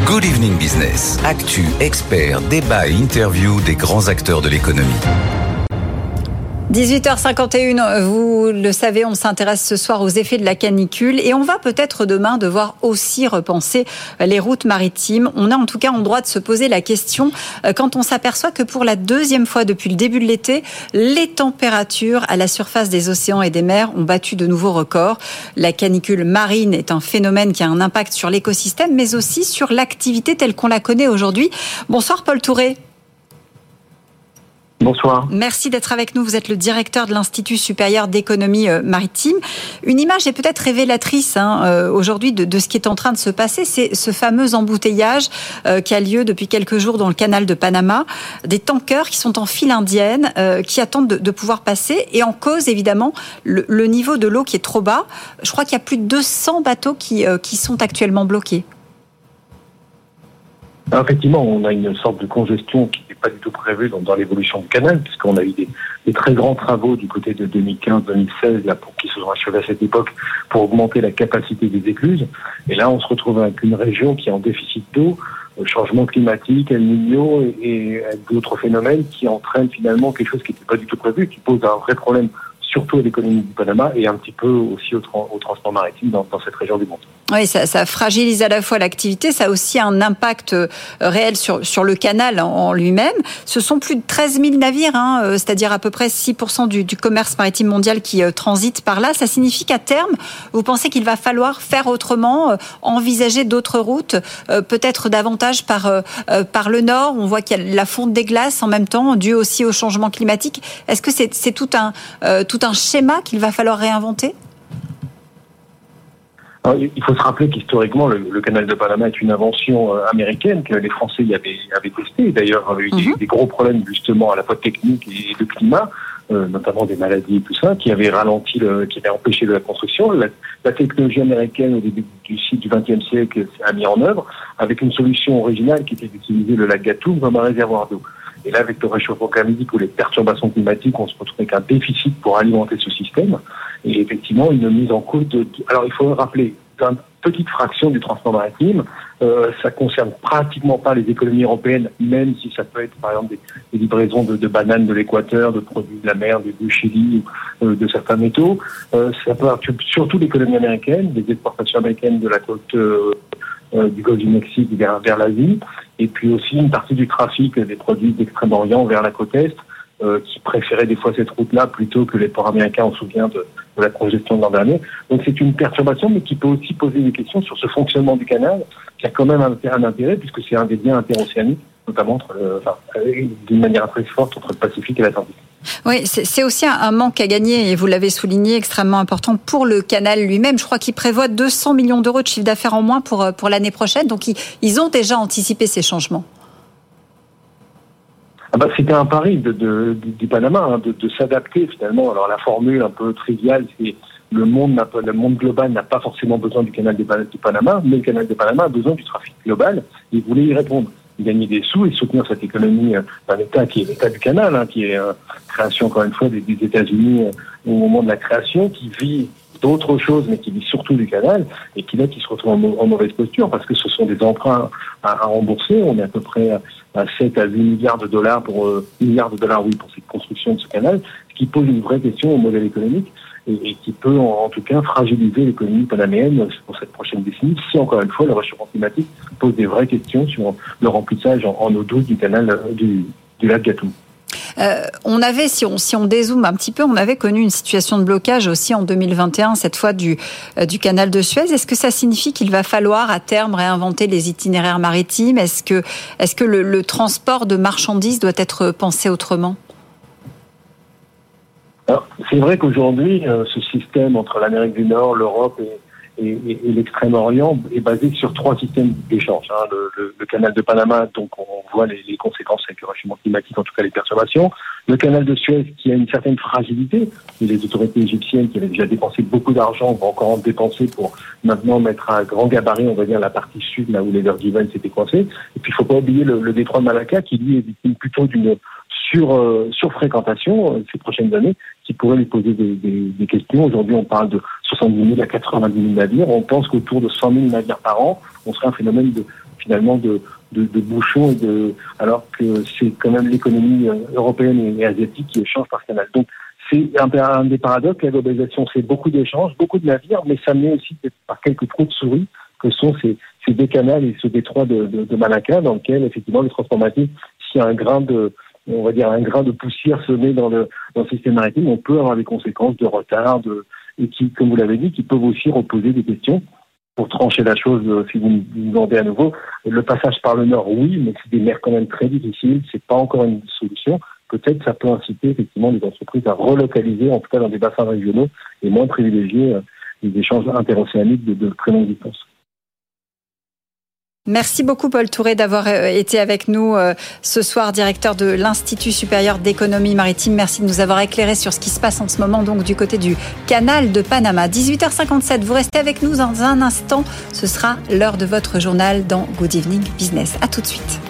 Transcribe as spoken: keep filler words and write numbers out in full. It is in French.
Good Evening Business. Actu, experts, débat et interview des grands acteurs de l'économie. dix-huit heures cinquante et une, vous le savez, on s'intéresse ce soir aux effets de la canicule et on va peut-être demain devoir aussi repenser les routes maritimes. On a en tout cas en droit de se poser la question quand on s'aperçoit que pour la deuxième fois depuis le début de l'été, les températures à la surface des océans et des mers ont battu de nouveaux records. La canicule marine est un phénomène qui a un impact sur l'écosystème mais aussi sur l'activité telle qu'on la connaît aujourd'hui. Bonsoir Paul Touré. Bonsoir. Merci d'être avec nous. Vous êtes le directeur de l'Institut supérieur d'économie maritime. Une image est peut-être révélatrice hein, euh, aujourd'hui de, de ce qui est en train de se passer. C'est ce fameux embouteillage euh, qui a lieu depuis quelques jours dans le canal de Panama. Des tankers qui sont en file indienne, euh, qui attendent de, de pouvoir passer. Et en cause, évidemment, le, le niveau de l'eau qui est trop bas. Je crois qu'il y a plus de deux cents bateaux qui, euh, qui sont actuellement bloqués. Alors, effectivement, on a une sorte de congestion qui n'est pas du tout prévue dans, dans l'évolution du canal, puisqu'on a eu des, des très grands travaux du côté de deux mille quinze deux mille seize, là, pour, qui se sont achevés à cette époque, pour augmenter la capacité des écluses. Et là, on se retrouve avec une région qui est en déficit d'eau, changement climatique, El Niño et, et d'autres phénomènes qui entraînent finalement quelque chose qui n'était pas du tout prévu, qui pose un vrai problème surtout à l'économie du Panama et un petit peu aussi au, tra- au transport maritime dans, dans cette région du monde. Oui, ça, ça fragilise à la fois l'activité, ça a aussi un impact euh, réel sur, sur le canal en, en lui-même. Ce sont plus de treize mille navires, hein, euh, c'est-à-dire à peu près six pour cent du, du commerce maritime mondial qui euh, transite par là. Ça signifie qu'à terme, vous pensez qu'il va falloir faire autrement, euh, envisager d'autres routes, euh, peut-être davantage par, euh, par le nord. On voit qu'il y a la fonte des glaces en même temps, due aussi au changement climatique. Est-ce que c'est, c'est tout un, euh, tout un schéma qu'il va falloir réinventer ? Alors, il faut se rappeler qu'historiquement, le, le canal de Panama est une invention euh, américaine que les Français y avaient, avaient testée. D'ailleurs, il y avait eu mm-hmm. des, des gros problèmes justement à la fois techniques et de climat, euh, notamment des maladies et tout ça, qui avaient ralenti, le, qui avaient empêché la construction. La, la technologie américaine au début du cycle du vingtième siècle a mis en œuvre avec une solution originale qui était d'utiliser le lac Gatun comme un réservoir d'eau. Et là, avec le réchauffement climatique ou les perturbations climatiques, on se retrouve avec un déficit pour alimenter ce système. Et effectivement, une mise en cause de... Alors, il faut rappeler, une petite fraction du transport maritime, euh, ça concerne pratiquement pas les économies européennes, même si ça peut être, par exemple, des, des livraisons de, de bananes de l'Équateur, de produits de la mer, du, du Chili, euh, de certains métaux. Euh, ça peut être surtout l'économie américaine, les exportations américaines de la côte... Euh, Euh, du golfe du Mexique vers, vers l'Asie, et puis aussi une partie du trafic des produits d'Extrême-Orient vers la côte Est, euh, qui préféraient des fois cette route-là plutôt que les ports américains, on se souvient de, de la congestion de l'an dernier. Donc c'est une perturbation, mais qui peut aussi poser des questions sur ce fonctionnement du canal, qui a quand même un, un intérêt, puisque c'est un des liens interocéaniques, notamment entre, euh, enfin, d'une manière très forte entre le Pacifique et l'Atlantique. Oui, c'est, c'est aussi un, un manque à gagner, et vous l'avez souligné, extrêmement important pour le canal lui-même. Je crois qu'il prévoit deux cents millions d'euros de chiffre d'affaires en moins pour, pour l'année prochaine. Donc, ils, ils ont déjà anticipé ces changements. Ah bah, c'était un pari de, de, du, du Panama, hein, de, de s'adapter finalement. Alors, la formule un peu triviale, c'est le monde, n'a pas, le monde global n'a pas forcément besoin du canal du Panama, mais le canal de Panama a besoin du trafic global. Ils voulaient y répondre. Gagner des sous et soutenir cette économie d'un État qui est l'État du canal, hein, qui est euh, création encore une fois des, des États-Unis euh, au moment de la création, qui vit d'autres choses mais qui vit surtout du canal et qui là qui se retrouve en, en mauvaise posture parce que ce sont des emprunts à, à rembourser. On est à peu près à, à sept à huit milliards de dollars pour euh, milliards de dollars oui pour cette construction de ce canal, ce qui pose une vraie question au modèle économique. Et, et qui peut en, en tout cas fragiliser l'économie panaméenne pour cette prochaine décennie, si encore une fois le réchauffement climatique pose des vraies questions sur le remplissage en, en eau douce du canal euh, du, du lac Gatun. Euh, on avait, si on, si on dézoome un petit peu, on avait connu une situation de blocage aussi en deux mille vingt et un, cette fois du, euh, du canal de Suez. Est-ce que ça signifie qu'il va falloir à terme réinventer les itinéraires maritimes ? Est-ce que, est-ce que le, le transport de marchandises doit être pensé autrement ? Alors, c'est vrai qu'aujourd'hui, euh, ce système entre l'Amérique du Nord, l'Europe et, et, et, et l'Extrême-Orient est basé sur trois systèmes d'échange. Hein. Le, le, le canal de Panama, donc on voit les, les conséquences avec le réchauffement climatique, en tout cas les perturbations. Le canal de Suez, qui a une certaine fragilité, et les autorités égyptiennes qui avaient déjà dépensé beaucoup d'argent vont encore en dépenser pour maintenant mettre à grand gabarit, on va dire, la partie sud, là où les Vergiven s'étaient coincés. Et puis il ne faut pas oublier le, le détroit de Malacca, qui lui est victime plutôt d'une sur euh, surfréquentation euh, ces prochaines années, qui pourrait lui poser des, des, des questions. Aujourd'hui, on parle de soixante-dix mille à quatre-vingt-dix mille navires. On pense qu'autour de cent mille navires par an, on serait un phénomène de, finalement de, de, de bouchons, et de, alors que c'est quand même l'économie européenne et asiatique qui échange par canal. Donc c'est un, un des paradoxes, la globalisation, c'est beaucoup d'échanges, beaucoup de navires, mais ça met aussi par quelques trous de souris que sont ces, ces deux canaux et ce détroit de, de, de Malacca, dans lequel effectivement le transport maritime, s'il y a un grain de on va dire un grain de poussière semé dans le, dans le système maritime, on peut avoir des conséquences de retard, de, et qui, comme vous l'avez dit, qui peuvent aussi reposer des questions. Pour trancher la chose, si vous me demandez à nouveau, le passage par le nord, oui, mais c'est des mers quand même très difficiles, c'est pas encore une solution. Peut-être ça peut inciter effectivement les entreprises à relocaliser, en tout cas dans des bassins régionaux, et moins privilégier les échanges interocéaniques de, de très longue distance. Merci beaucoup Paul Touré d'avoir été avec nous ce soir, directeur de l'Institut supérieur d'économie maritime. Merci de nous avoir éclairé sur ce qui se passe en ce moment donc du côté du canal de Panama. dix-huit heures cinquante-sept, vous restez avec nous dans un instant. Ce sera l'heure de votre journal dans Good Evening Business. À tout de suite.